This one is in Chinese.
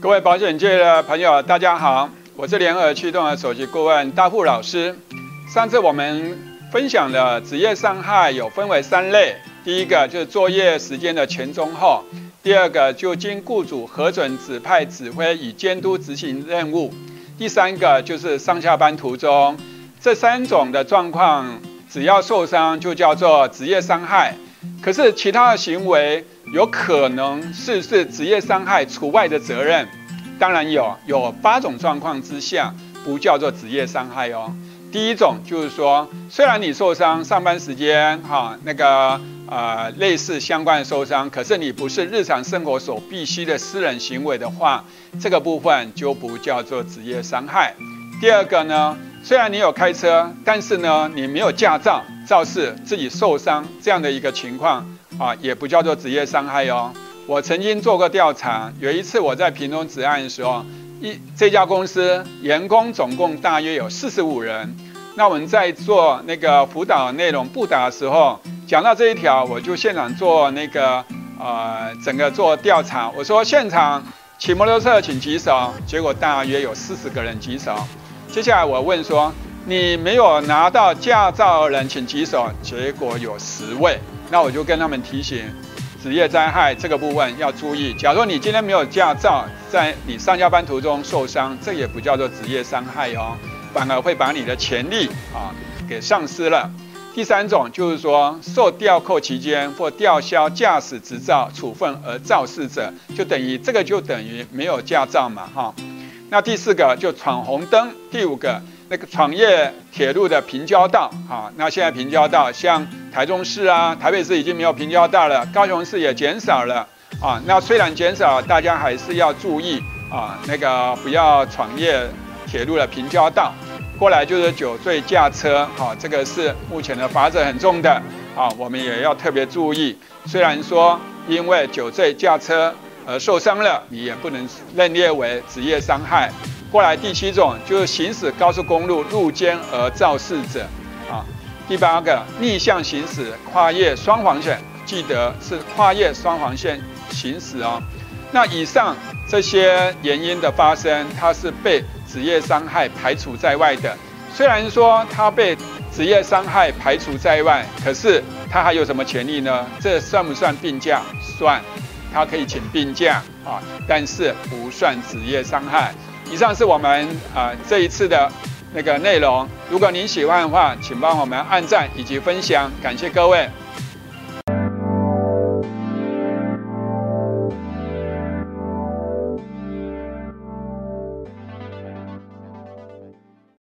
各位保险界的朋友，大家好，我是联合驱动的首席顾问大富老师。上次我们分享了职业伤害有分为3类，第一个就是作业时间的前、中、后；第二个就经雇主核准指派指挥以监督执行任务；第三个就是上下班途中。这3种的状况，只要受伤就叫做职业伤害。可是其他的行为有可能是职业伤害除外的责任，当然有8种状况之下不叫做职业伤害哦。第一种就是说，虽然你受伤，上班时间类似相关的受伤，可是你不是日常生活所必须的私人行为的话，这个部分就不叫做职业伤害。第二个呢，虽然你有开车，但是呢你没有驾照，肇事自己受伤这样的一个情况也不叫做职业伤害哦。我曾经做过调查，有一次我在屏东执案的时候，这家公司员工总共大约有45人。那我们在做那个辅导内容布达的时候，讲到这一条，我就现场做整个做调查。我说现场骑摩托车请举手，结果大约有40个人举手。接下来我问说，你没有拿到驾照的人请举手，结果有10位。那我就跟他们提醒，职业灾害这个部分要注意。假如你今天没有驾照，在你上下班途中受伤，这也不叫做职业伤害哦，反而会把你的权利给丧失了。第3种就是说，受吊扣期间或吊销驾驶执照处分而肇事者，就等于没有驾照嘛那第4个就闯红灯，第5个那个闯越铁路的平交道那现在平交道像台中市台北市已经没有平交道了，高雄市也减少了那虽然减少，大家还是要注意不要闯越铁路的平交道。过来就是酒醉驾车这个是目前的罚则很重的我们也要特别注意。虽然说因为酒醉驾车而受伤了，你也不能认列为职业伤害。过来第7种就是行驶高速公路路肩而肇事者第8个逆向行驶跨越双黄线，记得是跨越双黄线行驶那以上这些原因的发生，它是被职业伤害排除在外的。虽然说它被职业伤害排除在外，可是它还有什么权利呢？这算不算病假？算，它可以请病假但是不算职业伤害。以上是我们这一次的那个内容。如果您喜欢的话，请帮我们按赞以及分享，感谢各位。